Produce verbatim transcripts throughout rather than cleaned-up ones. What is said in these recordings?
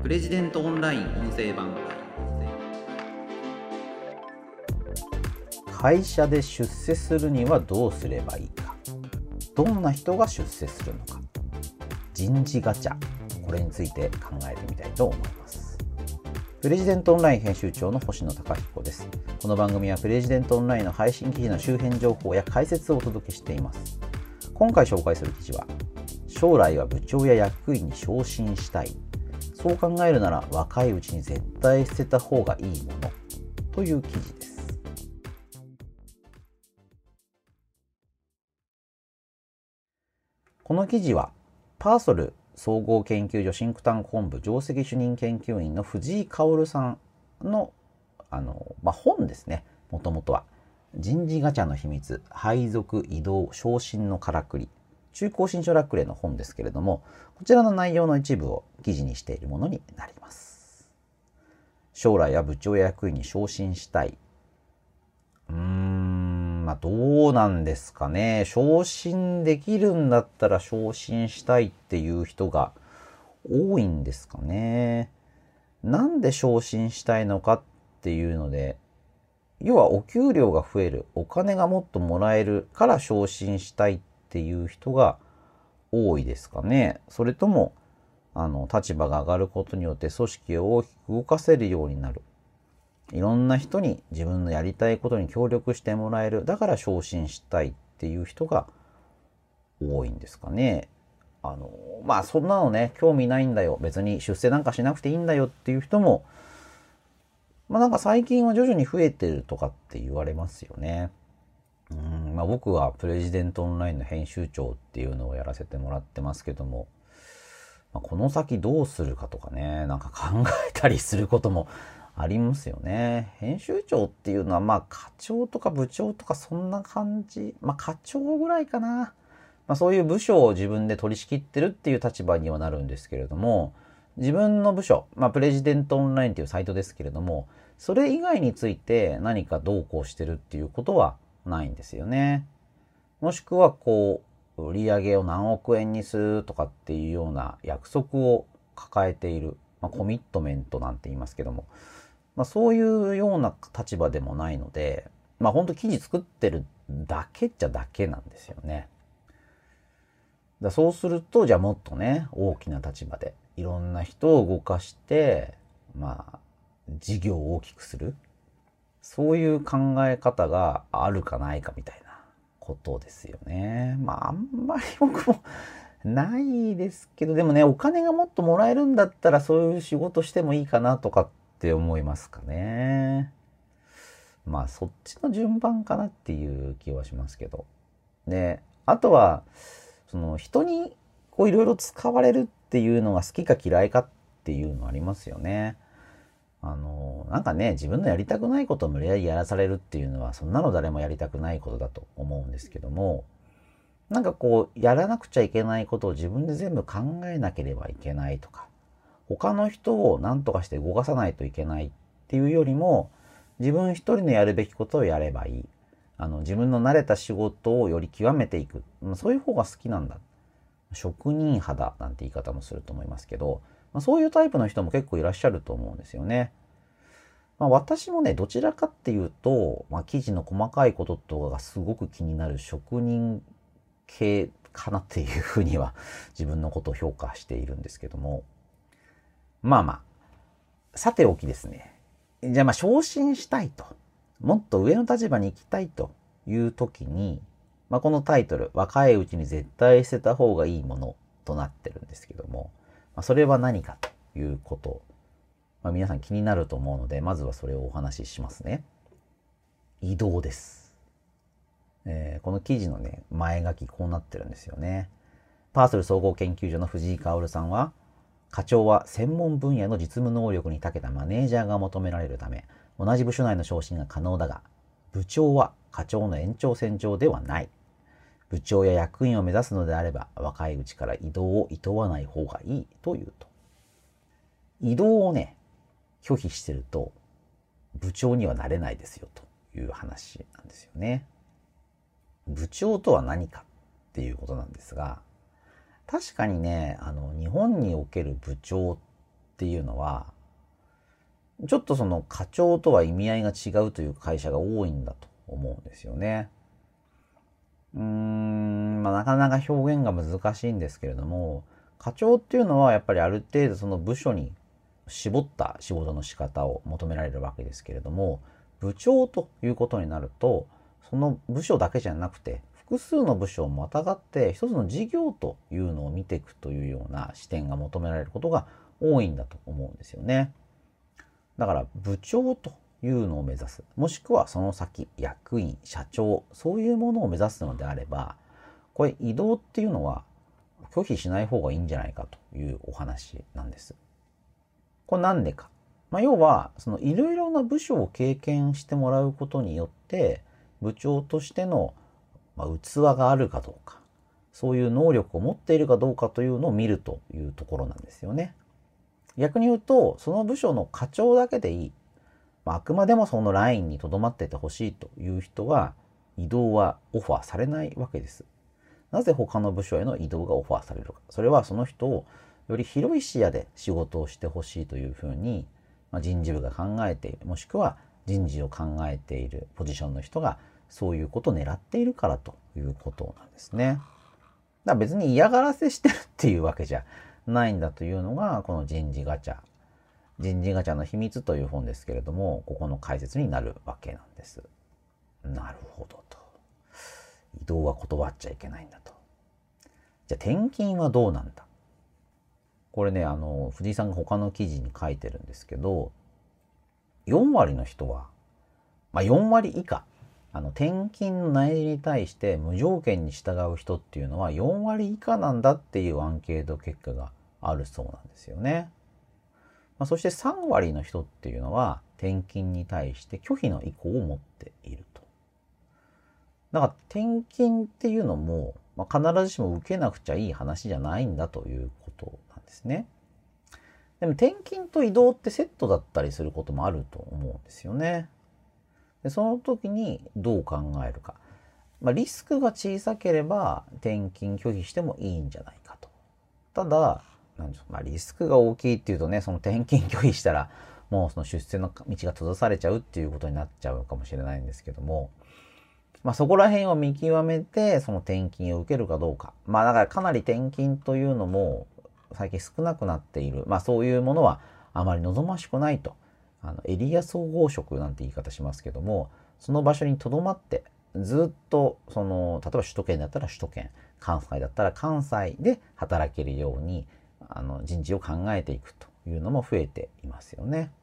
プレジデントオンライン音声版。 会社で出世するにはどうすればいいか、どんな人が出世するのか、人事ガチャ、これについて考えてみたいと思います。プレジデントオンライン編集長の星野貴彦です。この番組はプレジデントオンラインの配信記事の周辺情報や解説をお届けしています。今回紹介する記事は、将来は部長や役員に昇進したい、そう考えるなら若いうちに絶対捨てた方がいいものという記事です。この記事はパーソル総合研究所シンクタンク本部上席主任研究員の藤井薫さんの、あの、まあ、本ですね。もともとは人事ガチャの秘密、配属移動昇進のからくり、中高新書ラックレの本ですけれども、こちらの内容の一部を記事にしているものになります。将来は部長や役員に昇進したい。うーん、まあどうなんですかね。昇進できるんだったら昇進したいっていう人が多いんですかね。なんで昇進したいのかっていうので、要はお給料が増える、お金がもっともらえるから昇進したいっていう人が多いですかね。それとも、あの、立場が上がることによって組織を大きく動かせるようになる。いろんな人に自分のやりたいことに協力してもらえる。だから昇進したいっていう人が多いんですかね。あの、まあそんなのね、興味ないんだよ。別に出世なんかしなくていいんだよっていう人も、まあなんか最近は徐々に増えてるとかって言われますよね。うん、まあ僕はプレジデントオンラインの編集長っていうのをやらせてもらってますけども、まあ、この先どうするかとかね、なんか考えたりすることもありますよね。編集長っていうのはまあ課長とか部長とかそんな感じ。まあ課長ぐらいかな。まあそういう部署を自分で取り仕切ってるっていう立場にはなるんですけれども、自分の部署、まあプレジデントオンラインというサイトですけれども、それ以外について何かどうこうしてるっていうことはないんですよね。もしくはこう、売上を何億円にするとかっていうような約束を抱えている、まあ、コミットメントなんて言いますけども、まあ、そういうような立場でもないので、まあ本当記事作ってるだけっちゃだけなんですよね。だそうすると、じゃあもっとね、大きな立場でいろんな人を動かして、まあ、事業を大きくする。そういう考え方があるかないかみたいなことですよね。まあ、あんまり僕もないですけど、でもね、お金がもっともらえるんだったらそういう仕事してもいいかなとかって思いますかね。まあ、そっちの順番かなっていう気はしますけど。で、あとは、その人にこういろいろ使われるっていうのが好きか嫌いかっていうのありますよね。あの、なんかね、自分のやりたくないことを無理やりやらされるっていうのは、そんなの誰もやりたくないことだと思うんですけども、なんかこう、やらなくちゃいけないことを自分で全部考えなければいけないとか、他の人を何とかして動かさないといけないっていうよりも、自分一人のやるべきことをやればいい。あの、自分の慣れた仕事をより極めていく。そういう方が好きなんだ。職人肌なんて言い方もすると思いますけど、まあ、そういうタイプの人も結構いらっしゃると思うんですよね。まあ、私もね、どちらかっていうと、まあ、記事の細かいこととかがすごく気になる職人系かなっていうふうには自分のことを評価しているんですけども。まあまあ、さておきですね。じゃあまあ昇進したいと。もっと上の立場に行きたいという時に、まあ、このタイトル、若いうちに絶対捨てた方がいいものとなってるんですけども、まあ、それは何かということを、まあ、皆さん気になると思うので、まずはそれをお話ししますね。移動です。えー、この記事のね、前書きこうなってるんですよね。パーソル総合研究所の藤井薫さんは、課長は専門分野の実務能力に長けたマネージャーが求められるため、同じ部署内の昇進が可能だが、部長は課長の延長線上ではない。部長や役員を目指すのであれば、若いうちから移動を厭わない方がいいというと。移動をね、拒否してると、部長にはなれないですよという話なんですよね。部長とは何かっていうことなんですが、確かにね、あの、日本における部長っっていうのは、ちょっとその課長とは意味合いが違うという会社が多いんだと思うんですよね。うーん、まあ、なかなか表現が難しいんですけれども、課長っていうのはやっぱりある程度その部署に絞った仕事の仕方を求められるわけですけれども、部長ということになると、その部署だけじゃなくて、複数の部署をまたがって一つの事業というのを見ていくというような視点が求められることが多いんだと思うんですよね。だから部長というのを目指す、もしくはその先役員、社長、そういうものを目指すのであれば、これ異動っていうのは拒否しない方がいいんじゃないかというお話なんです。これなんでか。まあ、要はそのいろいろな部署を経験してもらうことによって部長としてのまあ、器があるかどうか、そういう能力を持っているかどうかというのを見るというところなんですよね。逆に言うと、その部署の課長だけでいい。まあ、あくまでもそのラインに留まっててほしいという人は、異動はオファーされないわけです。なぜ他の部署への異動がオファーされるか。それはその人をより広い視野で仕事をしてほしいというふうに、まあ、人事部が考えている、もしくは人事を考えているポジションの人がそういうことを狙っているからということなんですね。だから別に嫌がらせしてるっていうわけじゃないんだというのが、この人事ガチャ、人事ガチャの秘密という本ですけれども、ここの解説になるわけなんです。なるほどと。異動は断っちゃいけないんだと。じゃあ転勤はどうなんだ。これね、あの、藤井さんが他の記事に書いてるんですけど、よん割の人は、まあよん割以下、あの転勤の内示に対して無条件に従う人っていうのはよん割以下なんだっていうアンケート結果があるそうなんですよね。まあ、そしてさん割の人っていうのは転勤に対して拒否の意向を持っていると。だから転勤っていうのも、まあ、必ずしも受けなくちゃいい話じゃないんだということなんですね。でも転勤と異動ってセットだったりすることもあると思うんですよね。でその時にどう考えるか。まあ、リスクが小さければ転勤拒否してもいいんじゃないかと。ただ、なんでしょう、まあ、リスクが大きいっていうとね、その転勤拒否したらもうその出世の道が閉ざされちゃうっていうことになっちゃうかもしれないんですけども、まあ、そこら辺を見極めてその転勤を受けるかどうか。まあだからかなり転勤というのも最近少なくなっている。まあそういうものはあまり望ましくないと。あのエリア総合職なんて言い方しますけども、その場所に留まってずっとその例えば首都圏だったら首都圏、関西だったら関西で働けるようにあの人事を考えていくというのも増えていますよね。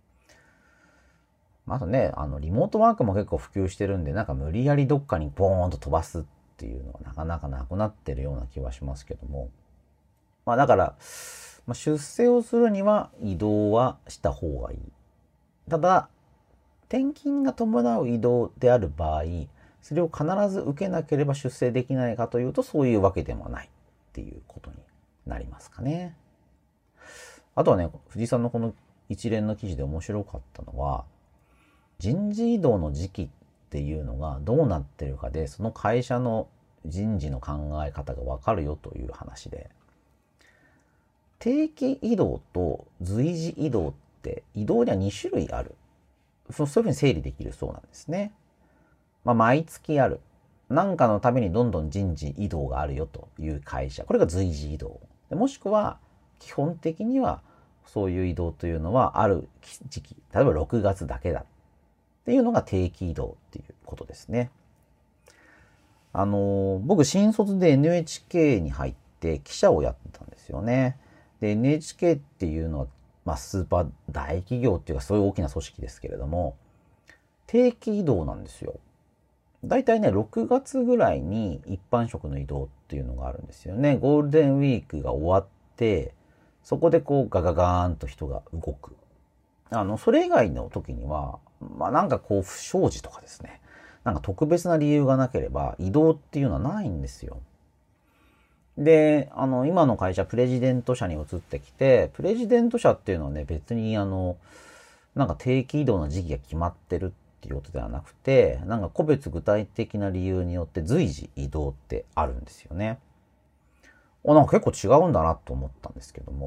あとね、あのリモートワークも結構普及してるんで、なんか無理やりどっかにボーンと飛ばすっていうのはなかなかなくなってるような気はしますけども、まあだから、まあ、出世をするには移動はした方がいい。ただ転勤が伴う移動である場合、それを必ず受けなければ出世できないかというと、そういうわけでもないっていうことになりますかね。あとはね、藤井さんのこの一連の記事で面白かったのは、人事異動の時期っていうのがどうなってるかで、その会社の人事の考え方がわかるよという話で、定期異動と随時異動って移動にはに種類ある。そういうふうに整理できるそうなんですね。まあ、毎月ある。何かのためにどんどん人事異動があるよという会社。これが随時異動。もしくは基本的にはそういう移動というのはある時期。例えばろくがつだけだ。っていうのが定期異動っていうことですね。あの、僕新卒で エヌエイチケー に入って記者をやってたんですよね。で、エヌエイチケー っていうのはまあ、スーパー大企業っていうかそういう大きな組織ですけれども、定期異動なんですよ。だいたいね、ろくがつぐらいに一般職の移動っていうのがあるんですよね。ゴールデンウィークが終わって、そこでこうガガガーンと人が動く。あの、それ以外の時には、まあなんかこう不祥事とかですね。なんか特別な理由がなければ移動っていうのはないんですよ。で、あの、今の会社、プレジデント社に移ってきて、プレジデント社っていうのはね、別にあの、なんか定期移動の時期が決まってるっていうことではなくて、なんか個別具体的な理由によって随時移動ってあるんですよね。あ、なんか結構違うんだなと思ったんですけども、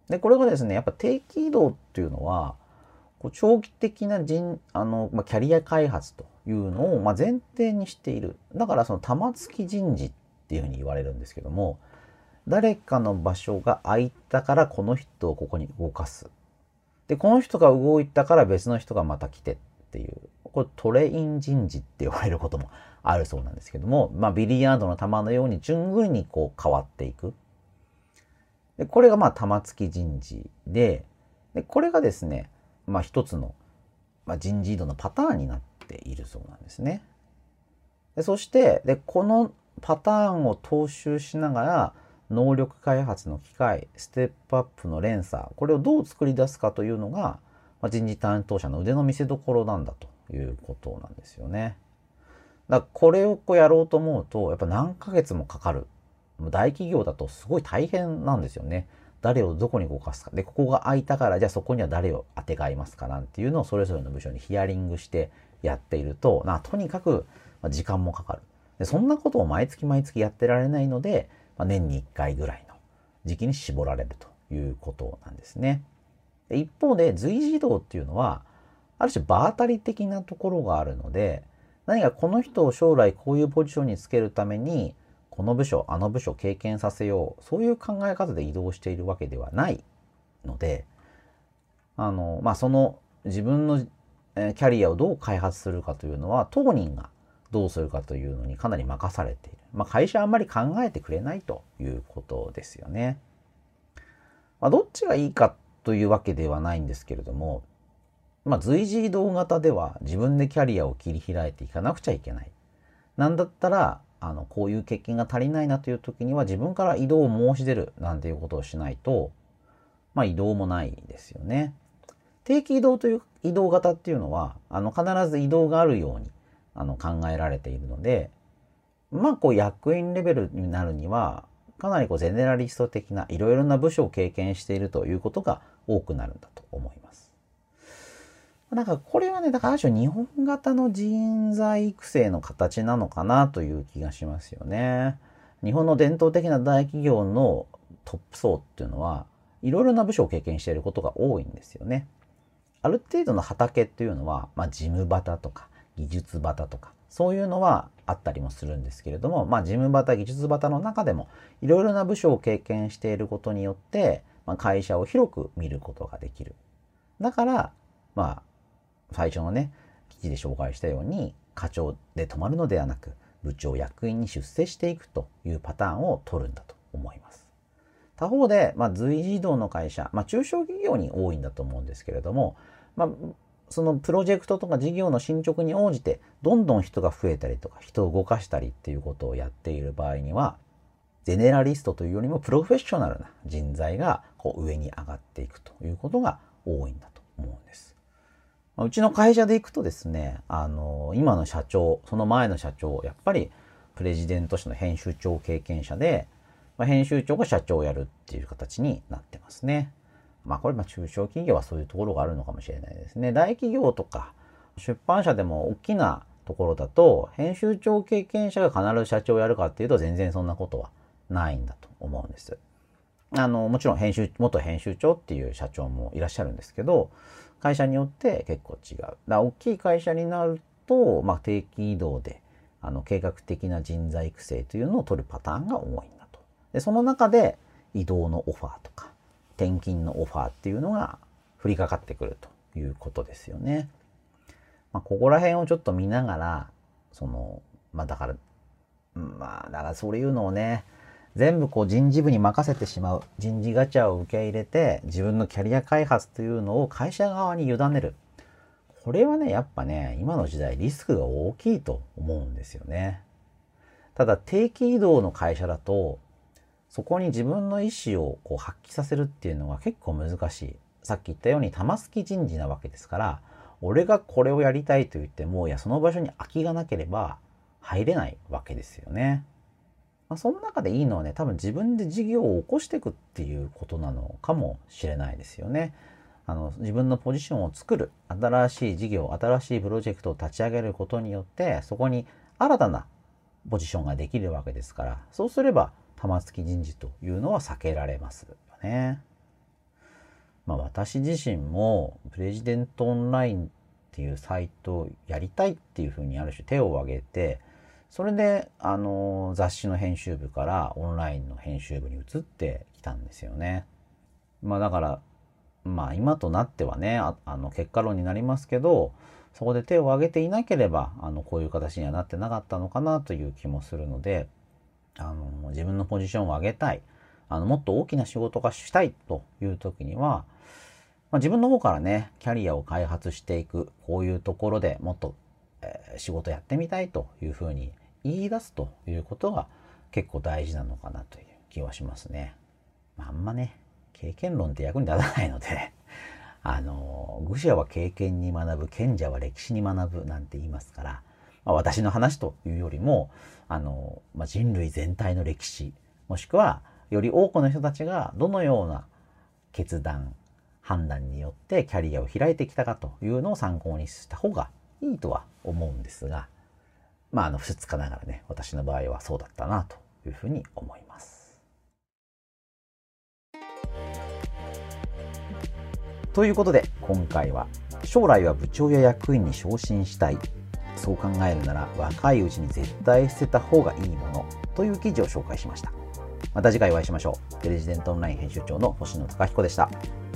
で、これがですね、やっぱ定期異動っていうのは、こう長期的な人、あの、まあ、キャリア開発というのを、まあ、前提にしている。だからその玉突き人事っていうふうに言われるんですけども、誰かの場所が空いたからこの人をここに動かす。で、この人が動いたから別の人がまた来てっていう、これトレイン人事って呼ばれることもあるそうなんですけども、まあビリヤードの球のように順繰りにこう変わっていく。で、これがまあ玉突き人事で、で、これがですね、まあ一つの、まあ、人事異動のパターンになっているそうなんですね。で、そして、で、このパターンを踏襲しながら、能力開発の機会、ステップアップの連鎖、これをどう作り出すかというのが、まあ、人事担当者の腕の見せ所なんだということなんですよね。だからこれをこうやろうと思うと、やっぱ何ヶ月もかかる。大企業だとすごい大変なんですよね。誰をどこに動かすか。で、ここが空いたから、じゃあそこには誰を当てがいますかなんていうのをそれぞれの部署にヒアリングしてやっていると、なとにかく時間もかかる。で、そんなことを毎月毎月やってられないので、まあ、年にいっかいぐらいの時期に絞られるということなんですね。で、一方で随時異動っていうのは、ある種場当たり的なところがあるので、何かこの人を将来こういうポジションにつけるために、この部署、あの部署を経験させよう、そういう考え方で移動しているわけではないので、あの、まあ、その自分のキャリアをどう開発するかというのは、当人がどうするかというのにかなり任されている。まあ、会社はあんまり考えてくれないということですよね。まあ、どっちがいいかというわけではないんですけれども、まあ、随時移動型では自分でキャリアを切り開いていかなくちゃいけない。なんだったら、あの、こういう経験が足りないなという時には自分から移動を申し出るなんていうことをしないと、まあ移動もないですよね。定期移動という移動型っていうのは、あの、必ず移動があるようにあの考えられているので、まあこう役員レベルになるには、かなりこうゼネラリスト的ないろいろな部署を経験しているということが多くなるんだと思います。だからこれはね、だからある種日本型の人材育成の形なのかなという気がしますよね。日本の伝統的な大企業のトップ層っていうのは、いろいろな部署を経験していることが多いんですよね。ある程度の畑っていうのは、まあ事務畑とか技術畑とか、そういうのはあったりもするんですけれども、まあ事務畑、技術畑の中でも、いろいろな部署を経験していることによって、まあ、会社を広く見ることができる。だから、まあ、最初のね、記事で紹介したように、課長で止まるのではなく、部長、役員に出世していくというパターンを取るんだと思います。他方で、まあ、随時移動の会社、まあ、中小企業に多いんだと思うんですけれども、まあ、そのプロジェクトとか事業の進捗に応じて、どんどん人が増えたりとか、人を動かしたりっていうことをやっている場合には、ゼネラリストというよりもプロフェッショナルな人材がこう上に上がっていくということが多いんだと思うんです。うちの会社で行くとですね、あの、今の社長、その前の社長、やっぱりプレジデント誌の編集長経験者で、まあ、編集長が社長をやるっていう形になってますね。まあこれ、まあ中小企業はそういうところがあるのかもしれないですね。大企業とか出版社でも大きなところだと、編集長経験者が必ず社長をやるかっていうと全然そんなことはないんだと思うんです。あの、もちろん編集、元編集長っていう社長もいらっしゃるんですけど、会社によって結構違う。だから大きい会社になると、まあ、定期移動で、あの、計画的な人材育成というのを取るパターンが多いんだと。で、その中で移動のオファーとか、転勤のオファーっていうのが降りかかってくるということですよね。まあ、ここら辺をちょっと見ながら、その、まあ、だから、まあ、だからそういうのをね、全部こう人事部に任せてしまう。人事ガチャを受け入れて、自分のキャリア開発というのを会社側に委ねる。これはね、やっぱね、今の時代リスクが大きいと思うんですよね。ただ、定期移動の会社だと、そこに自分の意思をこう発揮させるっていうのは結構難しい。さっき言ったように玉突き人事なわけですから、俺がこれをやりたいと言っても、いや、その場所に空きがなければ入れないわけですよね。まあ、その中でいいのはね、多分自分で事業を起こしていくっていうことなのかもしれないですよね。あの、自分のポジションを作る、新しい事業、新しいプロジェクトを立ち上げることによって、そこに新たなポジションができるわけですから、そうすれば玉突き人事というのは避けられますよね。 まあ、私自身もプレジデントオンラインっていうサイトをやりたいっていうふうにある種手を挙げて、それであの雑誌の編集部からオンラインの編集部に移ってきたんですよね。まあだからまあ今となってはね、ああの結果論になりますけど、そこで手を挙げていなければあのこういう形にはなってなかったのかなという気もするので、あの自分のポジションを上げたい、あのもっと大きな仕事がしたいという時には、まあ、自分の方からねキャリアを開発していく、こういうところでもっと、えー仕事やってみたいというふうに言い出すということが結構大事なのかなという気はしますね。まあ、あんまね経験論って役に立たないのであの愚者は経験に学ぶ、賢者は歴史に学ぶなんて言いますから、まあ、私の話というよりもあの、まあ、人類全体の歴史、もしくはより多くの人たちがどのような決断判断によってキャリアを開いてきたかというのを参考にした方がいいとは思うんですが、まああのふつつかながらね、私の場合はそうだったなというふうに思います。ということで今回は将来は部長や役員に昇進したい、そう考えるなら若いうちに絶対捨てた方がいいものという記事を紹介しました。また次回お会いしましょう。プレジデントオンライン編集長の星野貴彦でした。